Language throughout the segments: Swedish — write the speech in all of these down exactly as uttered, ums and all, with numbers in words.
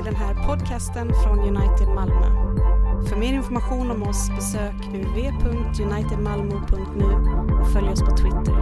till den här podcasten från United Malmö. För mer information om oss besök w w w punkt united malmo punkt n u och följ oss på Twitter.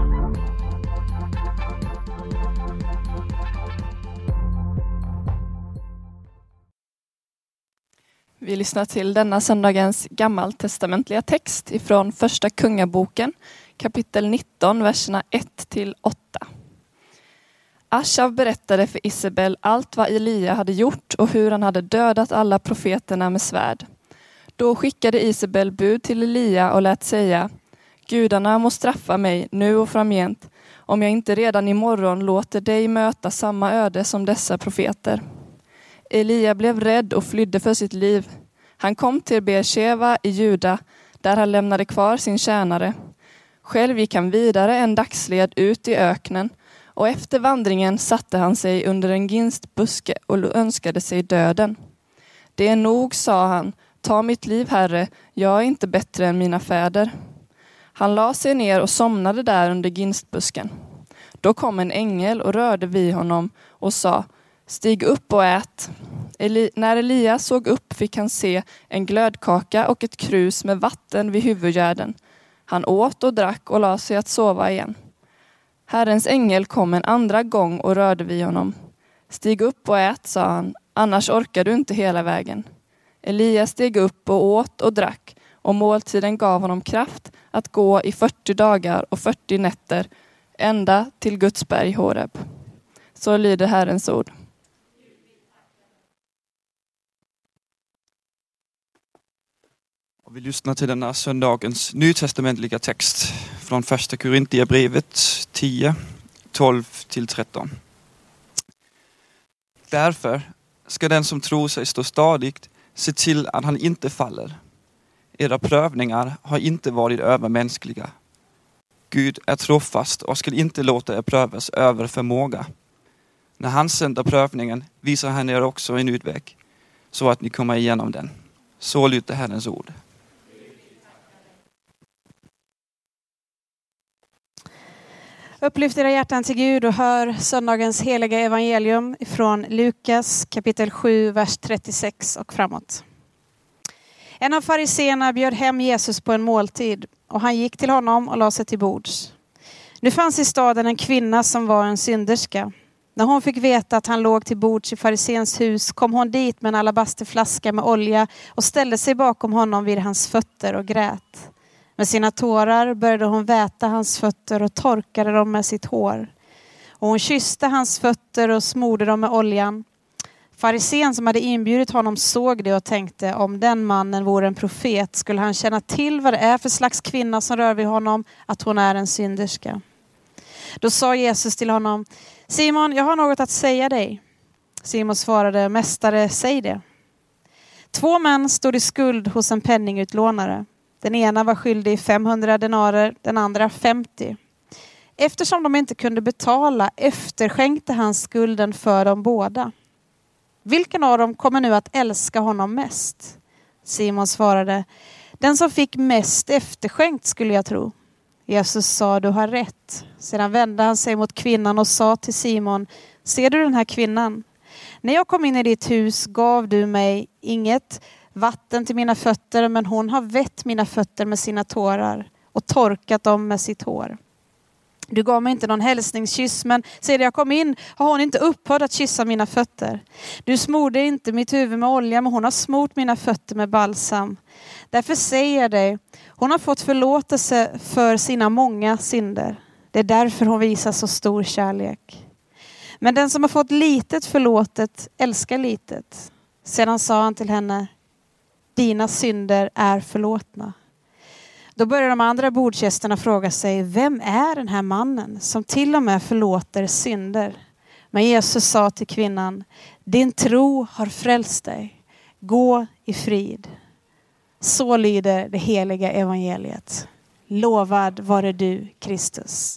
Vi lyssnar till denna söndagens gammaltestamentliga text ifrån Första Kungaboken, kapitel nitton, verserna ett till åtta. Ashav berättade för Isabel allt vad Elia hade gjort och hur han hade dödat alla profeterna med svärd. Då skickade Isabel bud till Elia och lät säga: Gudarna må straffa mig nu och framgent, om jag inte redan imorgon låter dig möta samma öde som dessa profeter. Elia blev rädd och flydde för sitt liv. Han kom till Beersheva i Juda, där han lämnade kvar sin tjänare. Själv gick han vidare en dagsled ut i öknen, och efter vandringen satte han sig under en ginstbuske och önskade sig döden. Det är nog, sa han, ta mitt liv, Herre, jag är inte bättre än mina fäder. Han la sig ner och somnade där under ginstbusken. Då kom en ängel och rörde vid honom och sa: Stig upp och ät. Eli- när Elias såg upp fick han se en glödkaka och ett krus med vatten vid huvudgärden. Han åt och drack och la sig att sova igen. Herrens ängel kom en andra gång och rörde vid honom. Stig upp och ät, sa han, annars orkar du inte hela vägen. Elias steg upp och åt och drack, och måltiden gav honom kraft att gå i fyrtio dagar och fyrtio nätter, ända till Guds berg Horeb. Så lyder Herrens ord. Vi lyssnar till denna söndagens nytestamentliga text från Första Korintierbrevet tio, tolv till tretton. Därför ska den som tror sig stå stadigt se till att han inte faller. Era prövningar har inte varit övermänskliga. Gud är trofast och ska inte låta er prövas över förmåga. När han sänder prövningen visar han er också en utväg, så att ni kommer igenom den. Så lyder Herrens ord. Upplyft era hjärtan till Gud och hör söndagens heliga evangelium från Lukas kapitel sju, vers trettiosex och framåt. En av fariseerna bjöd hem Jesus på en måltid, och han gick till honom och la sig till bords. Nu fanns i staden en kvinna som var en synderska. När hon fick veta att han låg till bords i fariséns hus kom hon dit med en alabasterflaska med olja och ställde sig bakom honom vid hans fötter och grät. Med sina tårar började hon väta hans fötter och torkade dem med sitt hår. Och hon kysste hans fötter och smorde dem med oljan. Farisén som hade inbjudit honom såg det och tänkte: om den mannen vore en profet skulle han känna till vad det är för slags kvinna som rör vid honom, att hon är en synderska. Då sa Jesus till honom: Simon, jag har något att säga dig. Simon svarade: Mästare, säg det. Två män stod i skuld hos en penningutlånare. Den ena var skyldig femhundra denarer, den andra femtio. Eftersom de inte kunde betala efterskänkte han skulden för dem båda. Vilken av dem kommer nu att älska honom mest? Simon svarade: den som fick mest efterskänkt, skulle jag tro. Jesus sa: du har rätt. Sedan vände han sig mot kvinnan och sa till Simon: ser du den här kvinnan? När jag kom in i ditt hus gav du mig inget vatten till mina fötter, men hon har vett mina fötter med sina tårar och torkat dem med sitt hår. Du gav mig inte någon hälsningskyss, men sedan jag kom in har hon inte upphört att kyssa mina fötter. Du smorde inte mitt huvud med olja, men hon har smort mina fötter med balsam. Därför säger jag dig, hon har fått förlåtelse för sina många synder. Det är därför hon visar så stor kärlek. Men den som har fått litet förlåtet älskar litet. Sedan sa han till henne: dina synder är förlåtna. Då börjar de andra bordsgästerna fråga sig: vem är den här mannen som till och med förlåter synder? Men Jesus sa till kvinnan: din tro har frälst dig. Gå i frid. Så lyder det heliga evangeliet. Lovad vare du, Kristus.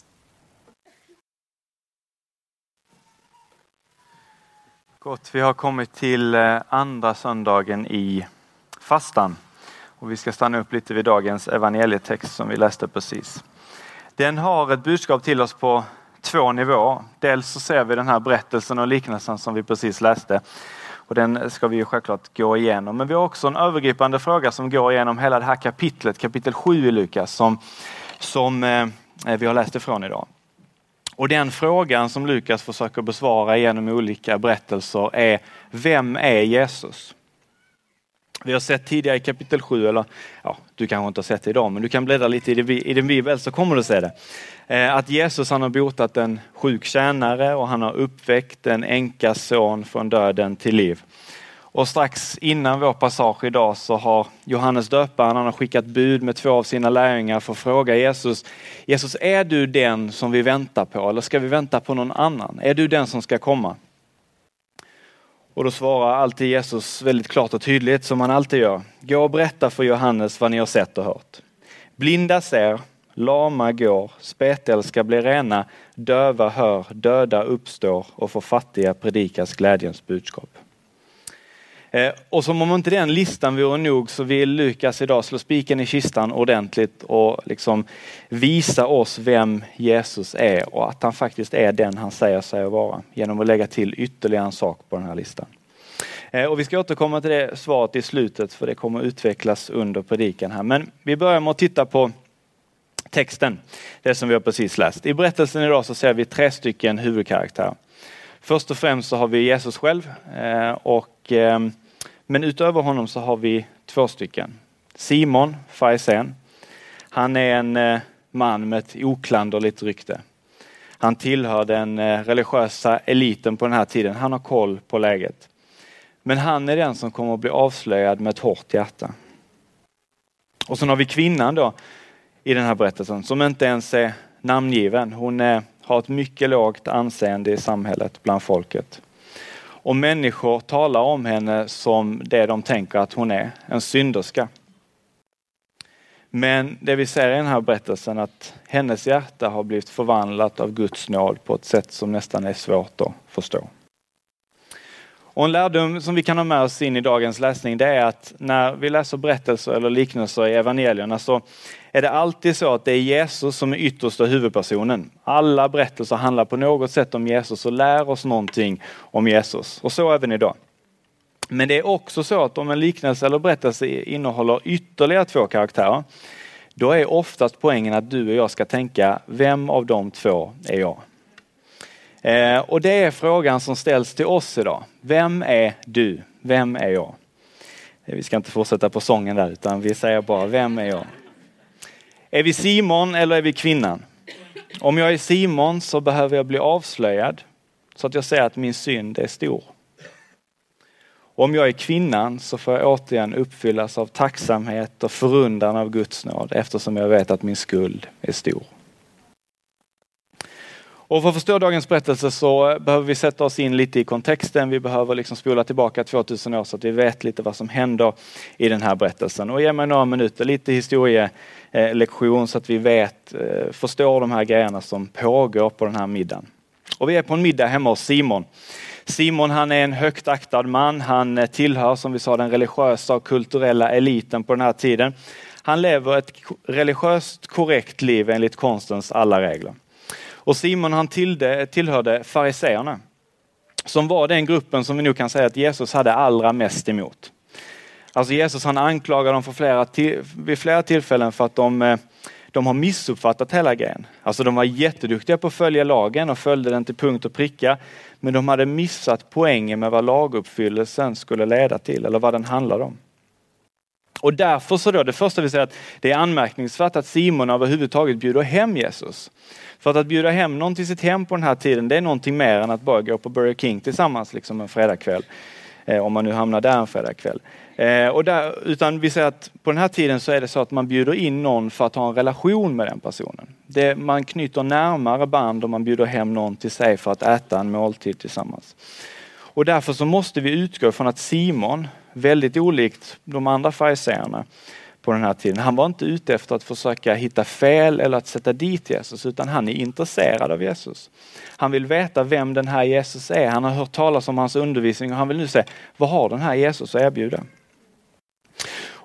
Gott, vi har kommit till andra söndagen i fastan. Och vi ska stanna upp lite vid dagens evangelietext som vi läste precis. Den har ett budskap till oss på två nivåer. Dels så ser vi den här berättelsen och liknelsen som vi precis läste. Och den ska vi ju självklart gå igenom. Men vi har också en övergripande fråga som går igenom hela det här kapitlet, kapitel sju i Lukas, som, som eh, vi har läst ifrån idag. Och den frågan som Lukas försöker besvara genom olika berättelser är: vem är Jesus? Vi har sett tidigare i kapitel sju, eller ja, du kanske inte har sett det idag, men du kan bläddra lite i din bibel så kommer du se det. Eh, att Jesus, han har botat en sjuk tjänare och han har uppväckt en änkas son från döden till liv. Och strax innan vår passage idag så har Johannes döparen, han har skickat bud med två av sina lärjungar för att fråga Jesus: Jesus, är du den som vi väntar på, eller ska vi vänta på någon annan? Är du den som ska komma? Och då svarar alltid Jesus väldigt klart och tydligt, som han alltid gör: gå och berätta för Johannes vad ni har sett och hört. Blinda ser, lama går, spetälska blir rena, döva hör, döda uppstår och för fattiga predikas glädjens budskap. Eh, och som om inte den listan vore nog, så vill Lukas idag slå spiken i kistan ordentligt och liksom visa oss vem Jesus är och att han faktiskt är den han säger sig vara, genom att lägga till ytterligare en sak på den här listan. Eh, och vi ska återkomma till det svaret i slutet, för det kommer utvecklas under predikan här. Men vi börjar med att titta på texten, det som vi har precis läst. I berättelsen idag så ser vi tre stycken huvudkaraktärer. Först och främst så har vi Jesus själv, eh, och, eh, men utöver honom så har vi två stycken. Simon, farisén. Han är en eh, man med ett oklanderligt rykte. Han tillhör den eh, religiösa eliten på den här tiden. Han har koll på läget. Men han är den som kommer att bli avslöjad med ett hårt hjärta. Och så har vi kvinnan då i den här berättelsen som inte ens är namngiven. Hon är har ett mycket lågt anseende i samhället bland folket. Och människor talar om henne som det de tänker att hon är, en synderska. Men det vi ser i den här berättelsen, att hennes hjärta har blivit förvandlat av Guds nåd på ett sätt som nästan är svårt att förstå. Och en lärdom som vi kan ha med oss in i dagens läsning, det är att när vi läser berättelser eller liknelser i evangelierna så är det alltid så att det är Jesus som är yttersta huvudpersonen. Alla berättelser handlar på något sätt om Jesus och lär oss någonting om Jesus. Och så även idag. Men det är också så att om en liknelse eller berättelse innehåller ytterligare två karaktärer, då är oftast poängen att du och jag ska tänka: vem av de två är jag? Eh, och det är frågan som ställs till oss idag. Vem är du? Vem är jag? Eh, vi ska inte fortsätta på sången där, utan vi säger bara: vem är jag? Är vi Simon eller är vi kvinnan? Om jag är Simon så behöver jag bli avslöjad så att jag ser att min synd är stor. Om jag är kvinnan så får jag återigen uppfyllas av tacksamhet och förundran av Guds nåd, eftersom jag vet att min skuld är stor. Och för att förstå dagens berättelse så behöver vi sätta oss in lite i kontexten. Vi behöver liksom spola tillbaka tvåtusen år så att vi vet lite vad som händer i den här berättelsen. Och ge mig några minuter, lite historielektion så att vi vet, förstår de här grejerna som pågår på den här middagen. Och vi är på en middag hemma hos Simon. Simon, han är en högt aktad man. Han tillhör, som vi sa, den religiösa och kulturella eliten på den här tiden. Han lever ett religiöst korrekt liv enligt konstens alla regler. Och Simon, han tillhörde fariseerna, som var den gruppen som vi nu kan säga att Jesus hade allra mest emot. Alltså Jesus, han anklagar dem för flera till, vid flera tillfällen för att de, de har missuppfattat hela grejen. Alltså de var jätteduktiga på att följa lagen och följde den till punkt och pricka. Men de hade missat poängen med vad laguppfyllelsen skulle leda till, eller vad den handlade om. Och därför så då, det första vi säger att det är anmärkningsvärt att Simon överhuvudtaget bjuder hem Jesus. För att, att bjuda hem någon till sitt hem på den här tiden, det är någonting mer än att bara gå på Burger King tillsammans liksom en fredagkväll. Eh, om man nu hamnar där en fredagkväll. Eh, och där, utan vi säger att på den här tiden så är det så att man bjuder in någon för att ha en relation med den personen. Det, man knyter närmare band om man bjuder hem någon till sig för att äta en måltid tillsammans. Och därför så måste vi utgå från att Simon, väldigt olikt de andra fariseerna på den här tiden, han var inte ute efter att försöka hitta fel eller att sätta dit Jesus, utan han är intresserad av Jesus. Han vill veta vem den här Jesus är. Han har hört talas om hans undervisning och han vill nu se, vad har den här Jesus att erbjuda?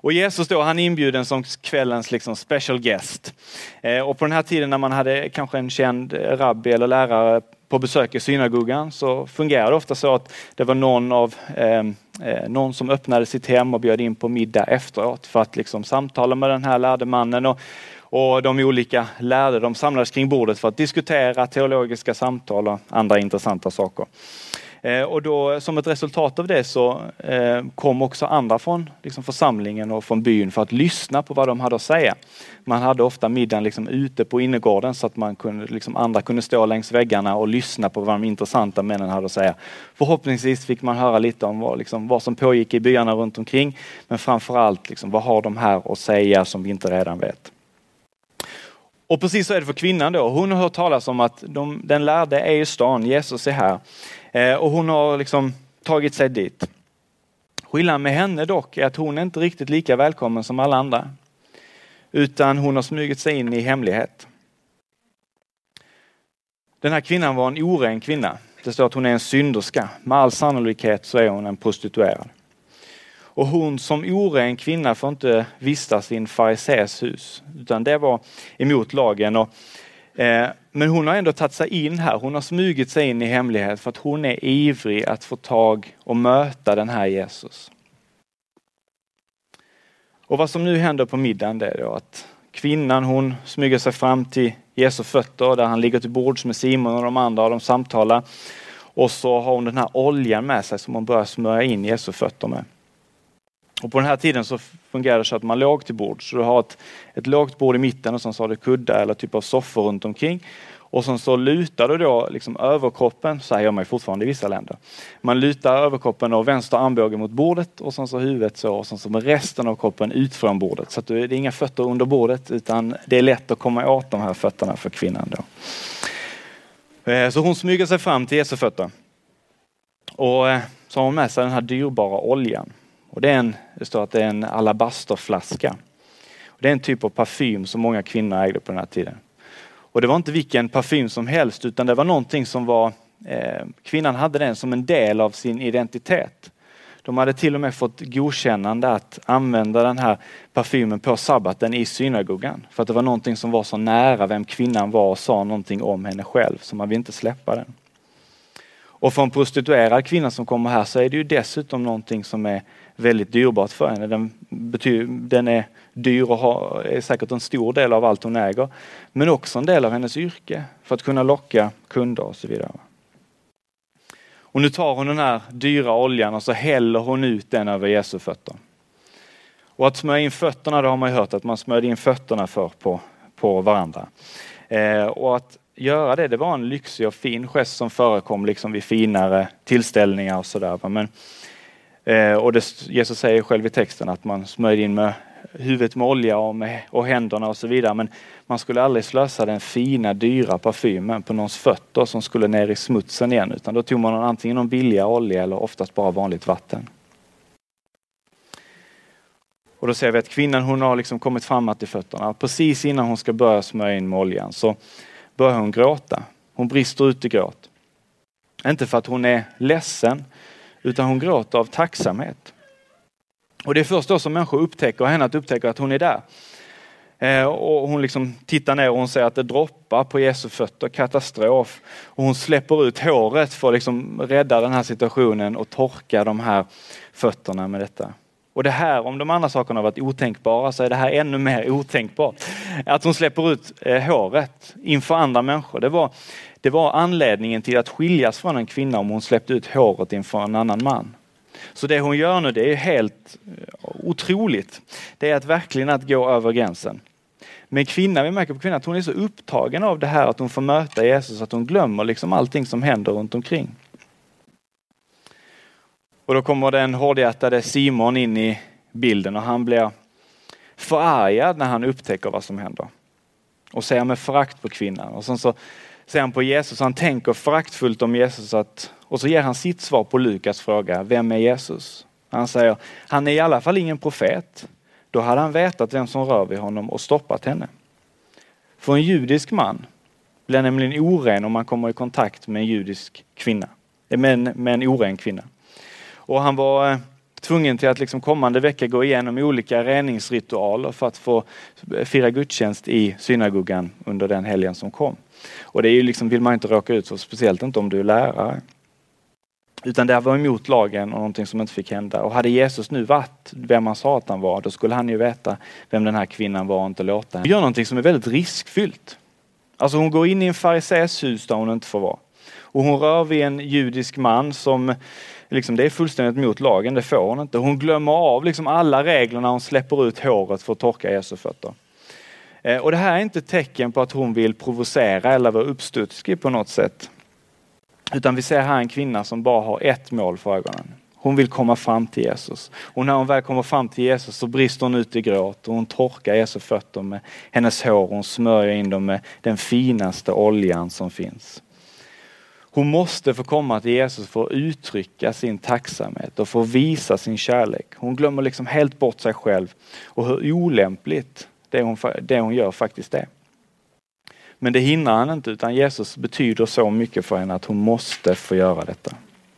Och Jesus då, han är inbjuden som kvällens liksom special guest. Eh, och på den här tiden när man hade kanske en känd rabbi eller lärare på besök i synagogan, så fungerade det ofta så att det var någon, av, eh, någon som öppnade sitt hem och bjöd in på middag efteråt för att liksom samtala med den här lärde mannen. Och, och de olika lärde, de samlades kring bordet för att diskutera teologiska samtal och andra intressanta saker. Och då, som ett resultat av det så eh, kom också andra från liksom församlingen och från byn för att lyssna på vad de hade att säga. Man hade ofta middagen liksom ute på innergården så att man kunde, liksom andra kunde stå längs väggarna och lyssna på vad de intressanta männen hade att säga. Förhoppningsvis fick man höra lite om vad, liksom, vad som pågick i byarna runt omkring. Men framförallt liksom, vad har de här att säga som vi inte redan vet. Och precis så är det för kvinnan då. Hon har hört talas om att de, den lärde är i stan, Jesus är här. Eh, och hon har liksom tagit sig dit. Skillnaden med henne dock är att hon är inte riktigt lika välkommen som alla andra. Utan hon har smugit sig in i hemlighet. Den här kvinnan var en oren kvinna. Det står att hon är en synderska. Med all sannolikhet så är hon en prostituerad. Och hon som oren kvinna får inte vistas i en farisees hus. Utan det var emot lagen. Och, eh, men hon har ändå tagit sig in här. Hon har smugit sig in i hemlighet för att hon är ivrig att få tag och möta den här Jesus. Och vad som nu händer på middagen det är då att kvinnan hon smyger sig fram till Jesu fötter där han ligger till bords med Simon och de andra och de samtalar. Och så har hon den här oljan med sig som hon börjar smörja in Jesu fötter med. Och på den här tiden så fungerar det så att man låg till bord. Så du har ett, ett lågt bord i mitten och sen så har du kuddar eller typ av soffor runt omkring. Och sen så lutar du då liksom överkroppen, så här gör man ju fortfarande i vissa länder. Man lutar överkroppen och vänster armbåge mot bordet och sen så huvudet så och sen så med resten av kroppen ut från bordet. Så att det är inga fötter under bordet utan det är lätt att komma åt de här fötterna för kvinnan då. Så hon smyger sig fram till Jesu fötter. Och så har hon med sig den här dyrbara oljan. Och det, är en, det står att det är en alabasterflaska. Och det är en typ av parfym som många kvinnor ägde på den här tiden. Och det var inte vilken parfym som helst utan det var någonting som var, eh, kvinnan hade den som en del av sin identitet. De hade till och med fått godkännande att använda den här parfymen på sabbaten i synagogan. För att det var någonting som var så nära vem kvinnan var och sa någonting om henne själv så man vill inte släppa den. Och för en prostituerad kvinna som kommer här så är det ju dessutom någonting som är väldigt dyrbart för henne. Den, betyder, den är dyr och har, är säkert en stor del av allt hon äger. Men också en del av hennes yrke för att kunna locka kunder och så vidare. Och nu tar hon den här dyra oljan och så häller hon ut den över Jesu fötter. Och att smörja in fötterna, det har man ju hört att man smörjde in fötterna för på, på varandra. Eh, och att göra det, det var en lyxig och fin gest som förekom liksom vid finare tillställningar och sådär. Men Eh, och det, Jesus säger själv i texten att man smörjde in med huvudet med olja och, med, och händerna och så vidare. Men man skulle aldrig slösa den fina, dyra parfymen på någons fötter som skulle ner i smutsen igen. Utan då tog man antingen någon billiga olja eller oftast bara vanligt vatten. Och då ser vi att kvinnan hon har liksom kommit fram till fötterna. Precis innan hon ska börja smörja in med oljan så börjar hon gråta. Hon brister ut i gråt. Inte för att hon är ledsen. Utan hon gråter av tacksamhet. Och det är först då som människor upptäcker, henne att upptäcka att hon är där. Eh, och hon liksom tittar ner och hon säger att det droppar på Jesu fötter, katastrof. Och hon släpper ut håret för att liksom rädda den här situationen och torka de här fötterna med detta. Och det här, om de andra sakerna har varit otänkbara så är det här ännu mer otänkbart. Att hon släpper ut eh, håret inför andra människor. Det var, det var anledningen till att skiljas från en kvinna om hon släppte ut håret inför en annan man. Så det hon gör nu det är helt otroligt. Det är att verkligen att gå över gränsen. Men kvinnan, vi märker på kvinnan att hon är så upptagen av det här att hon får möta Jesus att hon glömmer liksom allting som händer runt omkring. Och då kommer den hårdhjärtade Simon in i bilden och han blir förargad när han upptäcker vad som händer. Och ser med förakt på kvinnan. Och sen så ser han på Jesus och han tänker föraktfullt om Jesus. Att, och så ger han sitt svar på Lukas fråga, vem är Jesus? Han säger, han är i alla fall ingen profet. Då hade han vetat vem som rör vid honom och stoppat henne. För en judisk man blir nämligen oren om man kommer i kontakt med en judisk kvinna. Med en, med en oren kvinna. Och han var tvungen till att liksom kommande vecka gå igenom olika reningsritualer för att få fira gudstjänst i synagogan under den helgen som kom. Och det är ju liksom, vill man inte råka ut för, speciellt inte om du är lärare. Utan det var emot lagen och någonting som inte fick hända. Och hade Jesus nu varit vem han sa att han var, då skulle han ju veta vem den här kvinnan var och inte låta henne. Hon gör någonting som är väldigt riskfyllt. Alltså hon går in i en farisees hus där hon inte får vara. Och hon rör vid en judisk man som, liksom, det är fullständigt mot lagen, det får hon inte. Hon glömmer av liksom alla reglerna, hon släpper ut håret för att torka Jesu fötter. Eh, och det här är inte ett tecken på att hon vill provocera eller vara uppstudsig på något sätt. Utan vi ser här en kvinna som bara har ett mål för ögonen. Hon vill komma fram till Jesus. Och när hon väl kommer fram till Jesus så brister hon ut i gråt. Och hon torkar Jesu fötter med hennes hår. Hon smörjer in dem med den finaste oljan som finns. Hon måste få komma till Jesus för att uttrycka sin tacksamhet och få visa sin kärlek. Hon glömmer liksom helt bort sig själv och hur olämpligt det hon, det hon gör faktiskt är. Men det hindrar henne inte, utan Jesus betyder så mycket för henne att hon måste få göra detta.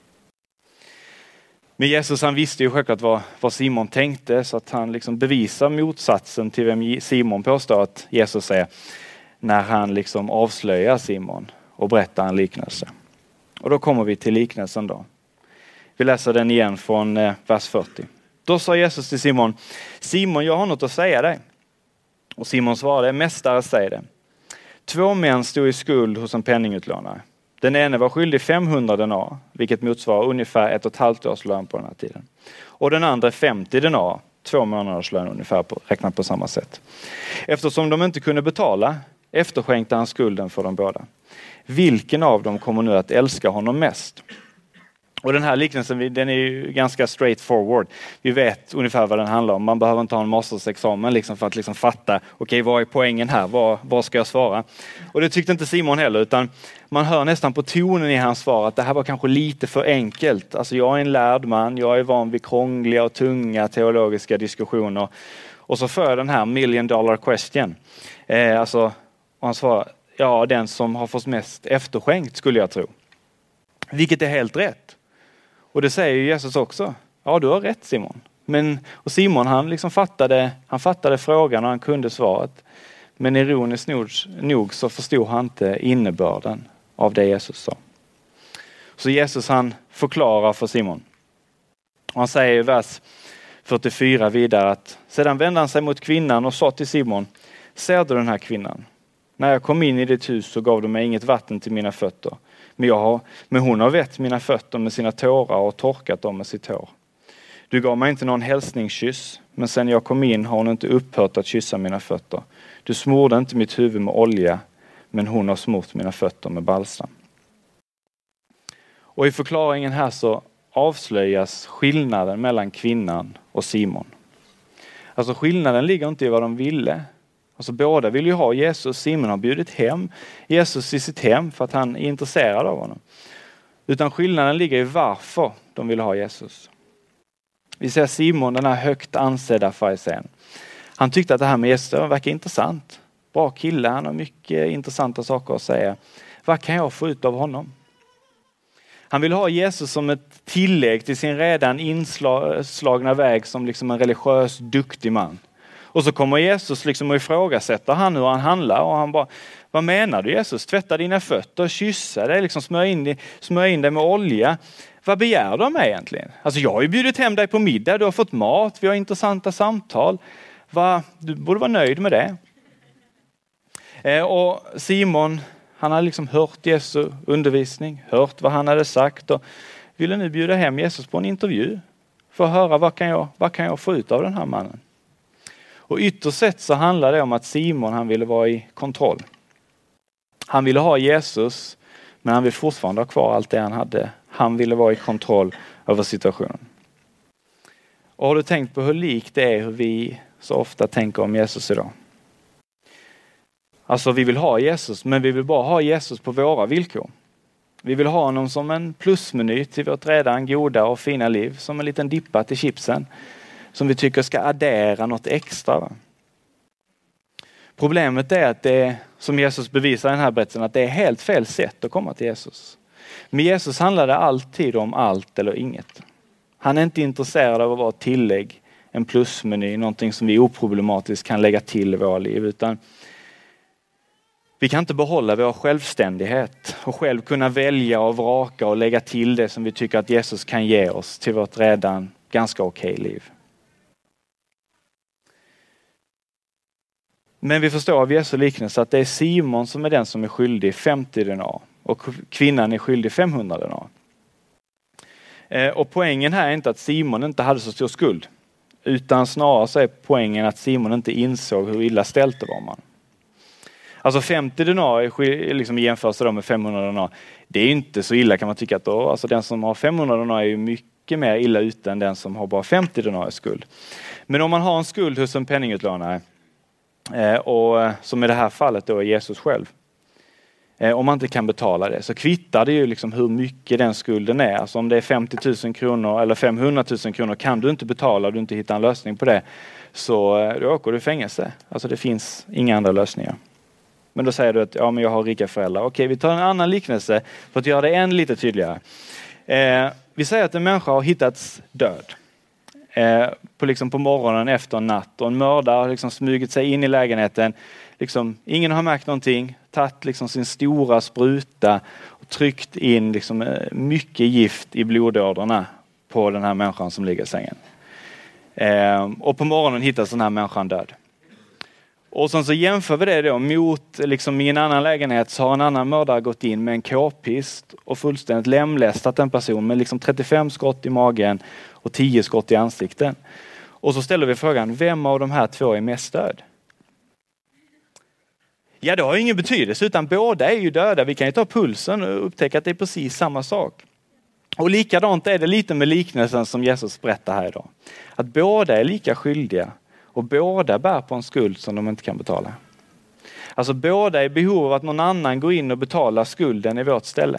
Men Jesus, han visste ju självklart vad, vad Simon tänkte, så att han liksom bevisar motsatsen till vem Simon påstår att Jesus är, när han liksom avslöjar Simon och berättar en liknelse. Och då kommer vi till liknelsen då. Vi läser den igen från eh, vers fyrtio. Då sa Jesus till Simon: Simon, jag har något att säga dig. Och Simon svarade: Mästare, säg det. Två män stod i skuld hos en penningutlånare. Den ene var skyldig femhundra denar, vilket motsvarar ungefär ett och ett halvt års lön på den här tiden. Och den andra femtio denar, två månaders lön ungefär, på, räknat på samma sätt. Eftersom de inte kunde betala, efterskänkte han skulden för dem båda. Vilken av dem kommer nu att älska honom mest? Och den här liknelsen, den är ju ganska straightforward. Vi vet ungefär vad den handlar om. Man behöver inte ha en mastersexamen liksom för att liksom fatta, okej, okay, vad är poängen här? Vad, vad ska jag svara? Och det tyckte inte Simon heller, utan man hör nästan på tonen i hans svar att det här var kanske lite för enkelt. Alltså jag är en lärd man, jag är van vid krångliga och tunga teologiska diskussioner. Och så för den här million dollar question. Eh, alltså, och han svarar, ja, den som har fått mest efterskänkt skulle jag tro. Vilket är helt rätt. Och det säger ju Jesus också. Ja, du har rätt, Simon. Men, och Simon, han liksom fattade, han fattade frågan och han kunde svaret. Men ironiskt nog, nog så förstod han inte innebörden av det Jesus sa. Så Jesus, han förklarar för Simon. Och han säger i vers fyrtiofyra vidare att sedan vände han sig mot kvinnan och sa till Simon: ser du den här kvinnan? När jag kom in i ditt hus så gav du mig inget vatten till mina fötter. Men, jag har, men hon har vett mina fötter med sina tårar och torkat dem med sitt hår. Du gav mig inte någon hälsningskyss, men sen jag kom in har hon inte upphört att kyssa mina fötter. Du smorde inte mitt huvud med olja, men hon har smort mina fötter med balsam. Och i förklaringen här så avslöjas skillnaden mellan kvinnan och Simon. Alltså skillnaden ligger inte i vad de ville. Alltså båda vill ju ha Jesus. Simon har bjudit hem Jesus i sitt hem för att han är intresserad av honom. Utan skillnaden ligger i varför de vill ha Jesus. Vi ser Simon, den här högt ansedda farisén. Han tyckte att det här med Jesus verkar intressant. Bra kille, han har mycket intressanta saker att säga. Vad kan jag få ut av honom? Han vill ha Jesus som ett tillägg till sin redan inslagna väg som liksom en religiös, duktig man. Och så kommer Jesus liksom och ifrågasätter han hur han handlar. Och han bara, vad menar du Jesus? Tvätta dina fötter, kyssa dig, liksom smörja in, smörja in dig med olja. Vad begär du av mig egentligen? Alltså jag har ju bjudit hem dig på middag, du har fått mat, vi har intressanta samtal. Va? Du borde vara nöjd med det. Eh, och Simon, han hade liksom hört Jesu undervisning, hört vad han hade sagt och ville nu bjuda hem Jesus på en intervju. För att höra vad kan jag, vad kan jag få ut av den här mannen. Och ytterst sett så handlar det om att Simon, han ville vara i kontroll. Han ville ha Jesus, men han vill fortfarande ha kvar allt det han hade. Han ville vara i kontroll över situationen. Och har du tänkt på hur likt det är hur vi så ofta tänker om Jesus idag? Alltså vi vill ha Jesus, men vi vill bara ha Jesus på våra villkor. Vi vill ha honom som en plusmeny till vårt redan goda och fina liv. Som en liten dippa till chipsen. Som vi tycker ska addera något extra. Va? Problemet är att det, som Jesus bevisar i den här berättelsen, att det är helt fel sätt att komma till Jesus. Med Jesus handlar det alltid om allt eller inget. Han är inte intresserad av att vara ett tillägg, en plusmeny, någonting som vi oproblematiskt kan lägga till i våra liv. Utan vi kan inte behålla vår självständighet och själv kunna välja och vraka och lägga till det som vi tycker att Jesus kan ge oss till vårt redan ganska okej liv. Men vi förstår av Jesu liknelse att det är Simon som är den som är skyldig femtio denar och kvinnan är skyldig femhundra denar. Och poängen här är inte att Simon inte hade så stor skuld, utan snarare så är poängen att Simon inte insåg hur illa ställt det var man. Alltså femtio denar är liksom i jämförelse med femhundra denar. Det är inte så illa kan man tycka att då, alltså den som har femhundra denar är ju mycket mer illa ute än den som har bara femtio denar i skuld. Men om man har en skuld hos en penningutlånare och som i det här fallet då är Jesus själv. Om man inte kan betala det så kvittar det ju liksom hur mycket den skulden är. Alltså om det är femtio tusen kronor eller femhundra tusen kronor kan du inte betala och du inte hittar en lösning på det, så då åker du i fängelse. Alltså det finns inga andra lösningar. Men då säger du att ja, men jag har rika föräldrar. Okej, vi tar en annan liknelse för att göra det än lite tydligare. Eh, vi säger att en människa har hittats död. Eh, på, liksom på morgonen efter en natt. Och en mördare har liksom smugit sig in i lägenheten. Liksom, ingen har märkt någonting. Tagit liksom sin stora spruta och tryckt in liksom mycket gift i blodådrorna på den här människan som ligger i sängen. Eh, och på morgonen hittas den här människan död. Och sen så jämför vi det då mot liksom i en annan lägenhet så har en annan mördare gått in med en k-pist och fullständigt lemlästat en person med liksom trettiofem skott i magen och tio skott i ansikten. Och så ställer vi frågan, vem av de här två är mest död? Ja, det har ju ingen betydelse utan båda är ju döda. Vi kan ju ta pulsen och upptäcka att det är precis samma sak. Och likadant är det lite med liknelsen som Jesus berättar här idag. Att båda är lika skyldiga. Och båda bär på en skuld som de inte kan betala. Alltså båda är i behov av att någon annan går in och betalar skulden i vårt ställe.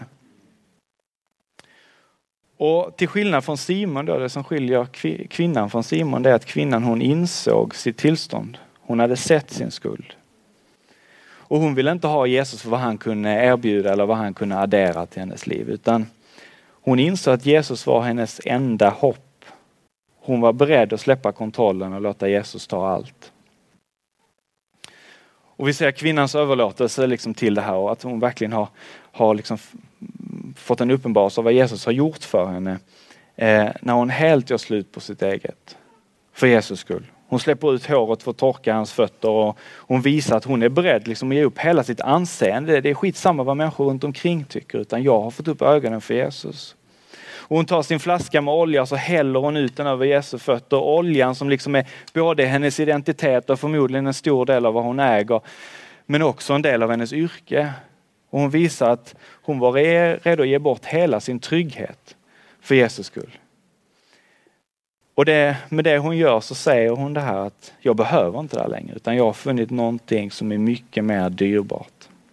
Och till skillnad från Simon då, det som skiljer kvinnan från Simon, det är att kvinnan hon insåg sitt tillstånd. Hon hade sett sin skuld. Och hon ville inte ha Jesus för vad han kunde erbjuda eller vad han kunde addera till hennes liv. Utan hon insåg att Jesus var hennes enda hopp. Hon var beredd att släppa kontrollen och låta Jesus ta allt. Och vi ser kvinnans överlåtelse liksom till det här och att hon verkligen har, har liksom fått en uppenbarelse av vad Jesus har gjort för henne. Eh, när hon helt gör slut på sitt eget. För Jesus skull. Hon släpper ut håret för att torka hans fötter och hon visar att hon är beredd liksom att ge upp hela sitt anseende. Det är skitsamma vad människor runt omkring tycker, utan jag har fått upp ögonen för Jesus. Och hon tar sin flaska med olja och så häller hon ut den över Jesu fötter. Oljan som liksom är både hennes identitet och förmodligen en stor del av vad hon äger. Men också en del av hennes yrke. Och hon visar att hon var redo att ge bort hela sin trygghet för Jesus skull. Och det, med det hon gör så säger hon det här att jag behöver inte det här längre. Utan jag har funnit någonting som är mycket mer dyrbart.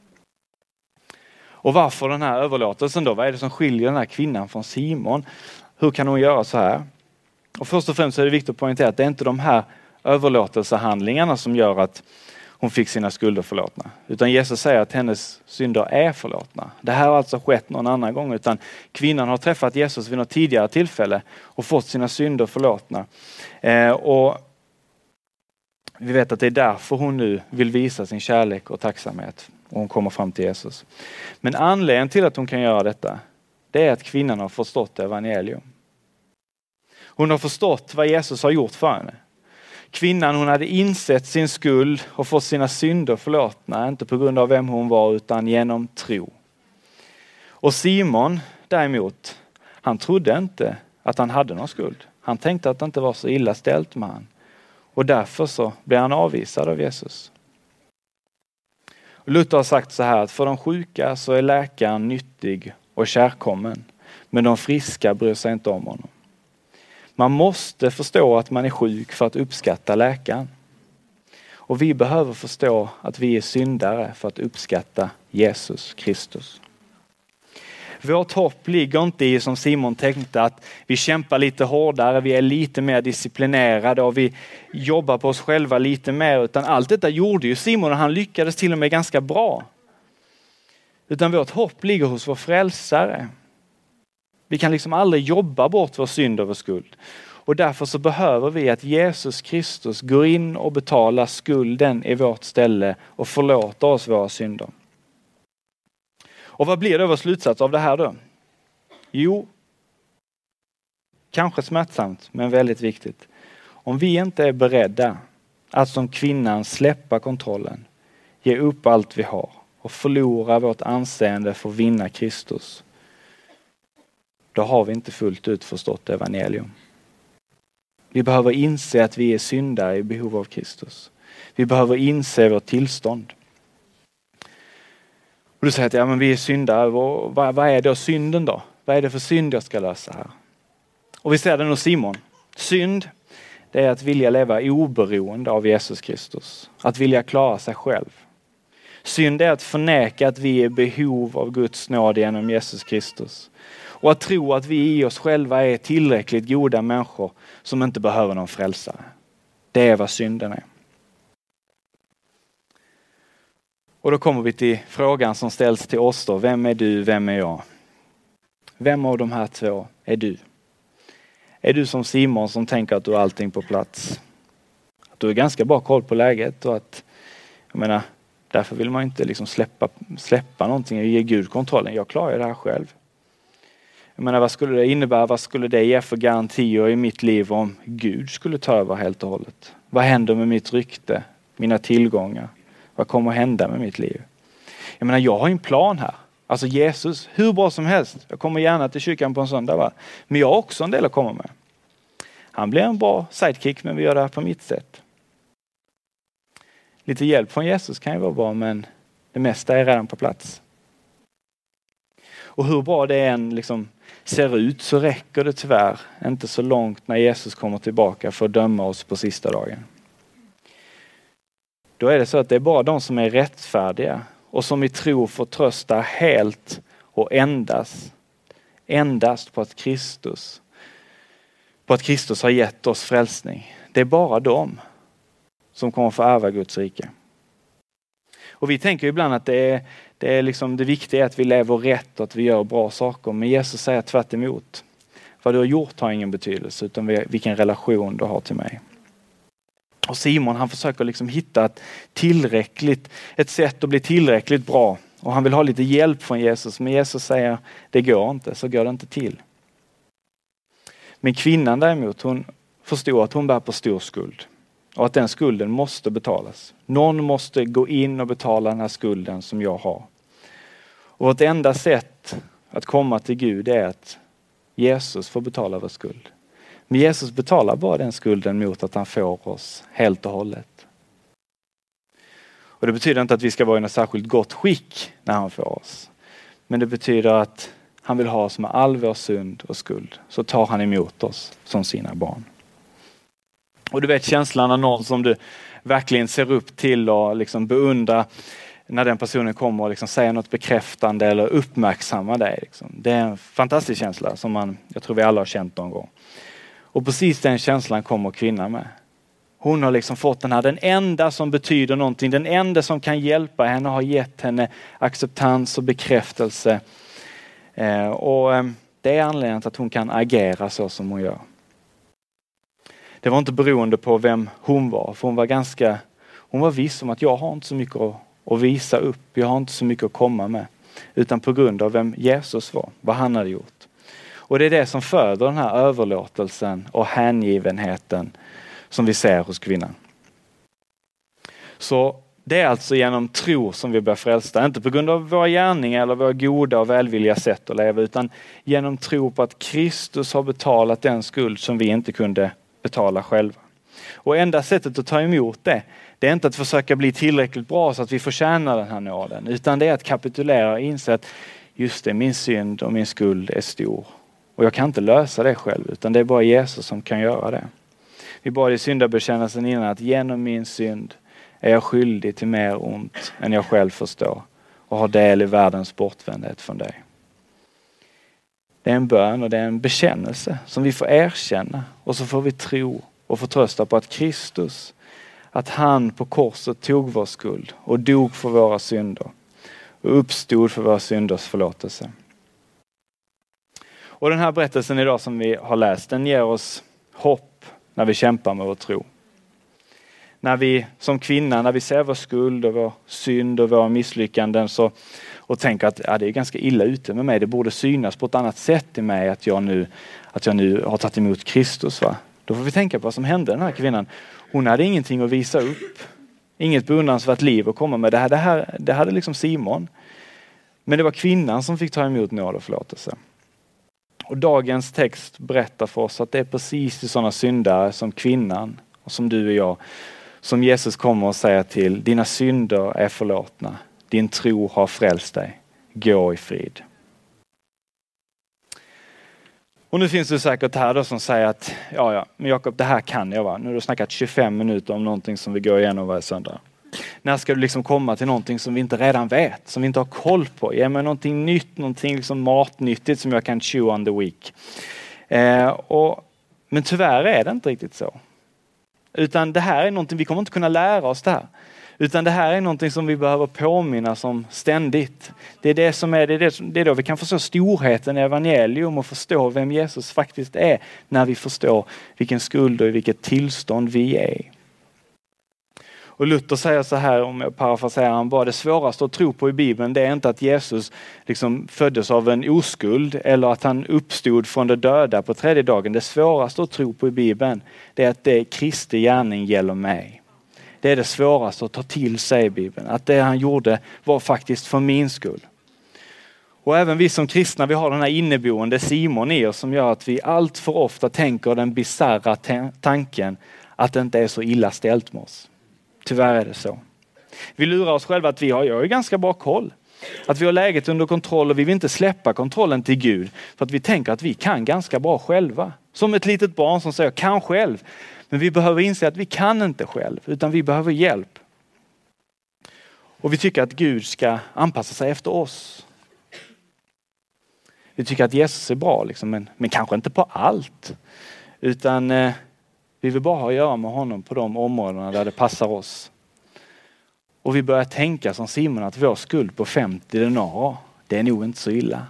Och varför den här överlåtelsen då? Vad är det som skiljer den här kvinnan från Simon? Hur kan hon göra så här? Och först och främst är det viktigt att poängtera att det är inte de här överlåtelsehandlingarna som gör att hon fick sina skulder förlåtna. Utan Jesus säger att hennes synder är förlåtna. Det här har alltså skett någon annan gång. Utan kvinnan har träffat Jesus vid något tidigare tillfälle och fått sina synder förlåtna. Eh, och vi vet att det är därför hon nu vill visa sin kärlek och tacksamhet. Och hon kommer fram till Jesus. Men anledningen till att hon kan göra detta, det är att kvinnan har förstått evangelium. Hon har förstått vad Jesus har gjort för henne. Kvinnan hon hade insett sin skuld och fått sina synder förlåtna. Inte på grund av vem hon var utan genom tro. Och Simon däremot, han trodde inte att han hade någon skuld. Han tänkte att det inte var så illa ställt med han. Och därför så blev han avvisad av Jesus. Luther har sagt så här att för de sjuka så är läkaren nyttig och kärkommen. Men de friska bryr sig inte om honom. Man måste förstå att man är sjuk för att uppskatta läkaren. Och vi behöver förstå att vi är syndare för att uppskatta Jesus Kristus. Vårt hopp ligger inte i som Simon tänkte att vi kämpar lite hårdare, vi är lite mer disciplinerade och vi jobbar på oss själva lite mer. Utan allt detta gjorde ju Simon och han lyckades till och med ganska bra. Utan vårt hopp ligger hos vår frälsare. Vi kan liksom aldrig jobba bort vår synd och vår skuld. Och därför så behöver vi att Jesus Kristus går in och betalar skulden i vårt ställe och förlåter oss våra synder. Och vad blir då vår slutsats av det här då? Jo, kanske smärtsamt men väldigt viktigt. Om vi inte är beredda att som kvinnan släppa kontrollen, ge upp allt vi har och förlora vårt anseende för att vinna Kristus, då har vi inte fullt ut förstått evangelium. Vi behöver inse att vi är syndare i behov av Kristus. Vi behöver inse vårt tillstånd. Och du säger att ja, men vi är syndare. Vad, vad är då synden då? Vad är det för synd jag ska lösa här? Och vi ser det nu Simon. Synd, det är att vilja leva oberoende av Jesus Kristus. Att vilja klara sig själv. Synd är att förneka att vi är i behov av Guds nåd genom Jesus Kristus. Och att tro att vi i oss själva är tillräckligt goda människor som inte behöver någon frälsare. Det är vad synden är. Och då kommer vi till frågan som ställs till oss då. Vem är du, vem är jag? Vem av de här två är du? Är du som Simon som tänker att du har allting på plats? Att du är ganska bra koll på läget och att, jag menar, därför vill man inte liksom släppa, släppa någonting och ge Gud kontrollen. Jag klarar det här själv. Jag menar, vad skulle det innebära? Vad skulle det ge för garantier i mitt liv om Gud skulle ta över helt och hållet? Vad händer med mitt rykte? Mina tillgångar? Vad kommer att hända med mitt liv? Jag menar, jag har en plan här. Alltså Jesus, hur bra som helst. Jag kommer gärna till kyrkan på en söndag, va? Men jag har också en del att komma med. Han blir en bra sidekick, men vi gör det här på mitt sätt. Lite hjälp från Jesus kan ju vara bra, men det mesta är redan på plats. Och hur bra det än liksom ser ut så räcker det tyvärr inte så långt när Jesus kommer tillbaka för att döma oss på sista dagen. Då är det så att det är bara de som är rättfärdiga och som i tro får trösta helt och endast, endast på att Kristus, på att Kristus har gett oss frälsning. Det är bara de som kommer få ärva Guds rike. Och vi tänker ibland att det är, det är liksom det viktiga är att vi lever rätt och att vi gör bra saker. Men Jesus säger tvärt emot. Vad du har gjort har ingen betydelse, utan vilken relation du har till mig. Och Simon, han försöker liksom hitta ett tillräckligt, ett sätt att bli tillräckligt bra. Och han vill ha lite hjälp från Jesus. Men Jesus säger, det går inte, så går det inte till. Men kvinnan däremot, hon förstår att hon bär på stor skuld. Och att den skulden måste betalas. Någon måste gå in och betala den här skulden som jag har. Och ett enda sätt att komma till Gud är att Jesus får betala vår skuld. Men Jesus betalar bara den skulden mot att han får oss helt och hållet. Och det betyder inte att vi ska vara i något särskilt gott skick när han får oss. Men det betyder att han vill ha oss med all vår synd och skuld. Så tar han emot oss som sina barn. Och du vet känslan av någon som du verkligen ser upp till och liksom beundrar när den personen kommer och liksom säger något bekräftande eller uppmärksammar dig. Liksom. Det är en fantastisk känsla som man, jag tror vi alla har känt någon gång. Och precis den känslan kommer kvinnan med. Hon har liksom fått den här, den enda som betyder någonting, den enda som kan hjälpa henne, har gett henne acceptans och bekräftelse. Eh, och eh, det är anledningen till att hon kan agera så som hon gör. Det var inte beroende på vem hon var. För hon var ganska, hon var viss om att jag har inte så mycket att, att visa upp. Jag har inte så mycket att komma med. Utan på grund av vem Jesus var. Vad han hade gjort. Och det är det som föder den här överlåtelsen och hängivenheten som vi ser hos kvinnan. Så det är alltså genom tro som vi blir frälsta. Inte på grund av våra gärningar eller våra goda och välvilliga sätt att leva. Utan genom tro på att Kristus har betalat den skuld som vi inte kunde betala själva. Och enda sättet att ta emot det, det är inte att försöka bli tillräckligt bra så att vi får tjäna den här nåden. Utan det är att kapitulera och inse att just det, min synd och min skuld är stor. Och jag kan inte lösa det själv, utan det är bara Jesus som kan göra det. Vi bad i syndabekännelsen innan att genom min synd är jag skyldig till mer ont än jag själv förstår. Och har del i världens bortvändhet från dig. Det är en bön och det är en bekännelse som vi får erkänna. Och så får vi tro och förtrösta på att Kristus, att han på korset tog vår skuld och dog för våra synder. Och uppstod för våra synders förlåtelse. Och den här berättelsen idag som vi har läst, den ger oss hopp när vi kämpar med vår tro. När vi som kvinna, när vi ser vår skuld och vår synd och våra misslyckanden så, och tänker att ja, det är ganska illa ute med mig. Det borde synas på ett annat sätt i mig att jag nu, att jag nu har tagit emot Kristus. Va? Då får vi tänka på vad som hände den här kvinnan. Hon hade ingenting att visa upp. Inget beundransvärt liv att komma med. Det här, det här det hade liksom Simon. Men det var kvinnan som fick ta emot nåd och förlåtelse. Och dagens text berättar för oss att det är precis i sådana syndare som kvinnan och som du och jag som Jesus kommer och säger till: dina synder är förlåtna. Din tro har frälst dig. Gå i frid. Och nu finns det säkert här då som säger att ja, ja, men Jakob, det här kan jag va. Nu har du snackat tjugofem minuter om någonting som vi går igenom varje söndag. När ska du liksom komma till någonting som vi inte redan vet, som vi inte har koll på? Ge mig någonting nytt, någonting liksom matnyttigt som jag kan chew on the week. Eh, och, men tyvärr är det inte riktigt så. Utan det här är någonting, vi kommer inte kunna lära oss det här. Utan det här är någonting som vi behöver påminnas om ständigt. Det är det som är, det är, det, det är då vi kan förstå storheten i evangelium och förstå vem Jesus faktiskt är. När vi förstår vilken skuld och i vilket tillstånd vi är. Och Luther säger så här, om jag parafraserar han bara: det svåraste att tro på i Bibeln, det är inte att Jesus liksom föddes av en oskuld eller att han uppstod från de döda på tredje dagen. Det svåraste att tro på i Bibeln, det är att det Kristi gärning gäller mig. Det är det svåraste att ta till sig i Bibeln. Att det han gjorde var faktiskt för min skull. Och även vi som kristna, vi har den här inneboende Simon i oss som gör att vi allt för ofta tänker den bizarra t- tanken att det inte är så illa ställt med oss. Tyvärr är det så. Vi lurar oss själva att vi har, jag har ganska bra koll. Att vi har läget under kontroll och vi vill inte släppa kontrollen till Gud. För att vi tänker att vi kan ganska bra själva. Som ett litet barn som säger kan själv. Men vi behöver inse att vi kan inte själv utan vi behöver hjälp. Och vi tycker att Gud ska anpassa sig efter oss. Vi tycker att Jesus är bra liksom, men, men kanske inte på allt. Utan eh, vi vill bara ha att göra med honom på de områdena där det passar oss. Och vi börjar tänka som Simon att vår skuld på femtio denarer, det är nog inte så illa.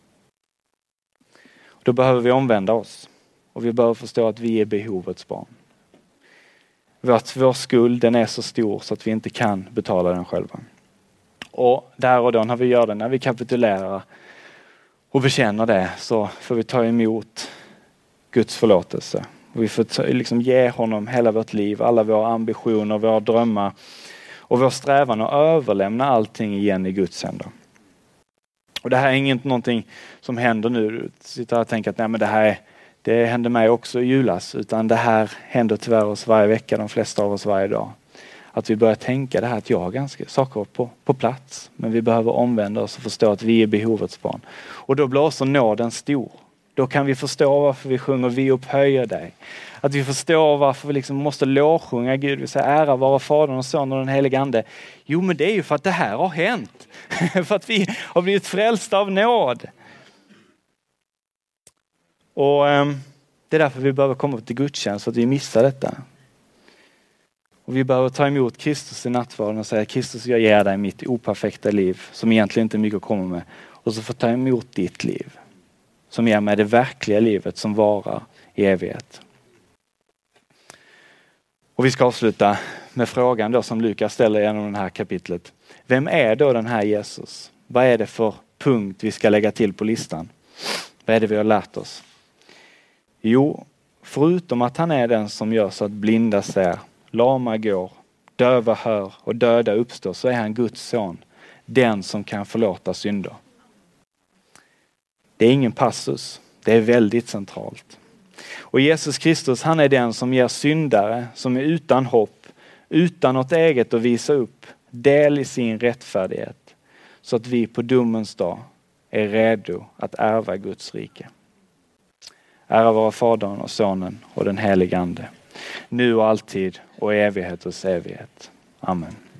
Då behöver vi omvända oss. Och vi behöver förstå att vi är behovets barn. Vår, vår skuld den är så stor så att vi inte kan betala den själva. Och där och då när vi gör det, när vi kapitulerar och bekänner det, så får vi ta emot Guds förlåtelse. Och vi får ta, liksom ge honom hela vårt liv, alla våra ambitioner, våra drömmar och vår strävan att överlämna allting igen i Guds händer. Och det här är inte någonting som händer nu. Du sitter och tänker att nej, men det här är Det hände mig också i julas, utan det här händer tyvärr oss varje vecka, de flesta av oss varje dag. Att vi börjar tänka det här att jag har ganska saker på, på plats, men vi behöver omvända oss och förstå att vi är behovets barn. Och då blir också nåden stor. Då kan vi förstå varför vi sjunger vi upphöjer dig. Att vi förstår varför vi liksom måste lovsjunga Gud. Vi säger ära vara Fadern och Sonen och den helige Ande. Jo, men det är ju för att det här har hänt. För att vi har blivit frälsta av nåd. Och um, det är därför vi behöver komma till gudstjänst, så att vi missar detta. Och vi behöver ta emot Kristus i nattvarden och säga: Kristus, jag ger dig mitt operfekta liv som egentligen inte är mycket att komma med. Och så får ta emot ditt liv som ger mig det verkliga livet som varar i evighet. Och vi ska avsluta med frågan då som Lukas ställer genom det här kapitlet. Vem är då den här Jesus? Vad är det för punkt vi ska lägga till på listan? Vad är det vi har lärt oss? Jo, förutom att han är den som gör så att blinda ser, lama går, döva hör och döda uppstår, så är han Guds son. Den som kan förlåta synder. Det är ingen passus. Det är väldigt centralt. Och Jesus Kristus, han är den som ger syndare som är utan hopp, utan något eget att visa upp, del i sin rättfärdighet. Så att vi på domens dag är redo att ärva Guds rike. Ära vara Fadern och Sonen och den helige Ande. Nu och alltid och evighet och evighet. Amen.